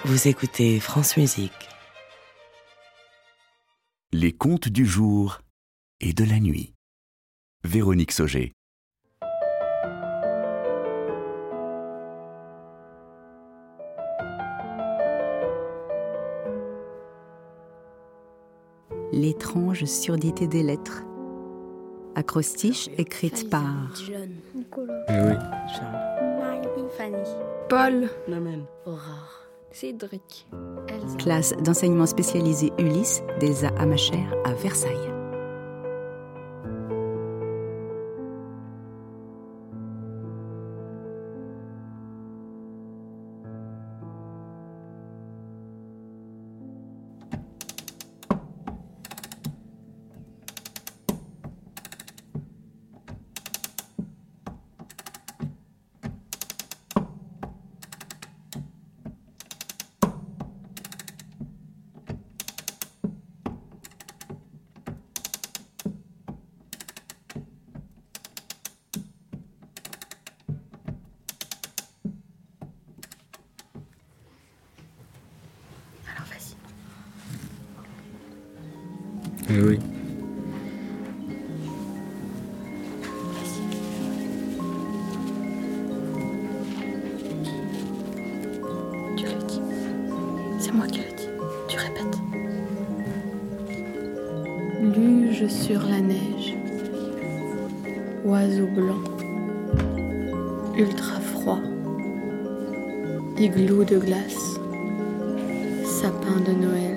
Vous écoutez France Musique. Les contes du jour et de la nuit. Véronique Sauger. L'étrange surdité des lettres. Acrostiche écrite par Oui. Fanny, Paul, Aurore, Cédric, Elsa. classe d'enseignement spécialisé Ulysse d'Elsa Amacher à Versailles. Alors vas-y. Oui. Tu le dis. C'est moi qui le dis. Tu répètes. Luge sur la neige. Oiseau blanc. Ultra froid. Igloo de glace. Sapin de Noël.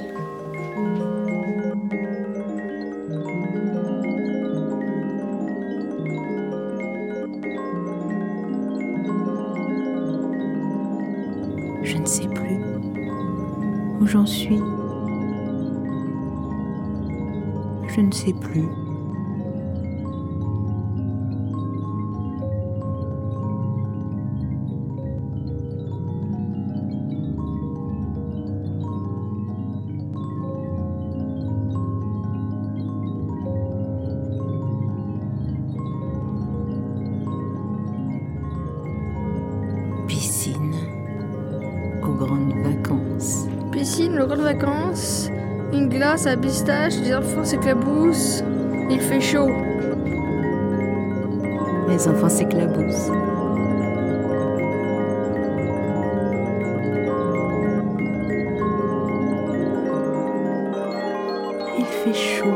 Je ne sais plus où j'en suis. Je ne sais plus. Piscine aux grandes vacances. Piscine, le grand de vacances, une glace à pistache, les enfants s'éclaboussent, il fait chaud. Les enfants s'éclaboussent. Il fait chaud.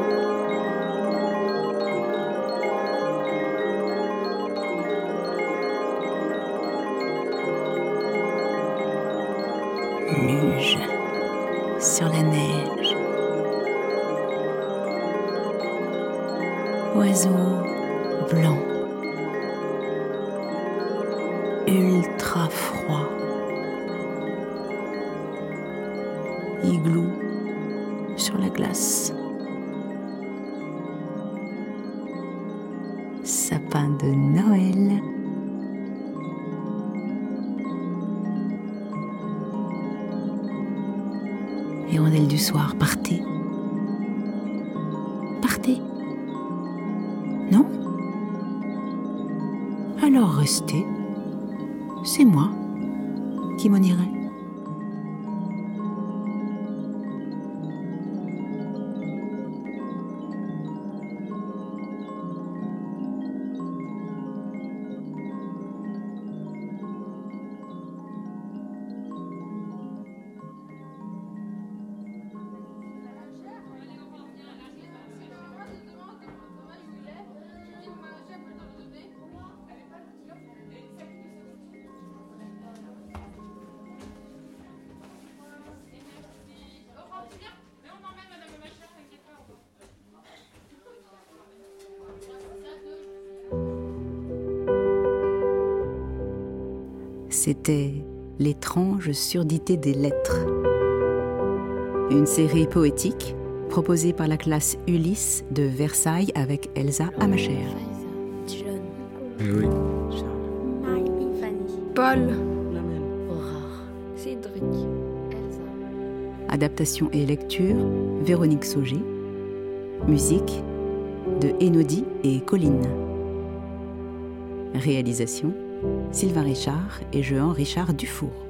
Luge sur la neige. Oiseau blanc. Ultra froid. Igloo sur la glace. Sapin de Noël. Hirondelle du soir, partez. Partez. Non? Alors restez. C'est moi qui m'en irai. C'était L'étrange surdité des lettres. Une série poétique proposée par la classe Ulysse de Versailles avec Elsa Amacher. Oui. Fanny, Paul, Aurore, Cédric, Elsa. Adaptation et lecture, Véronique Sauger. Musique de Enodi et Colline. Réalisation, Sylvain Richard et Jean Richard Dufour.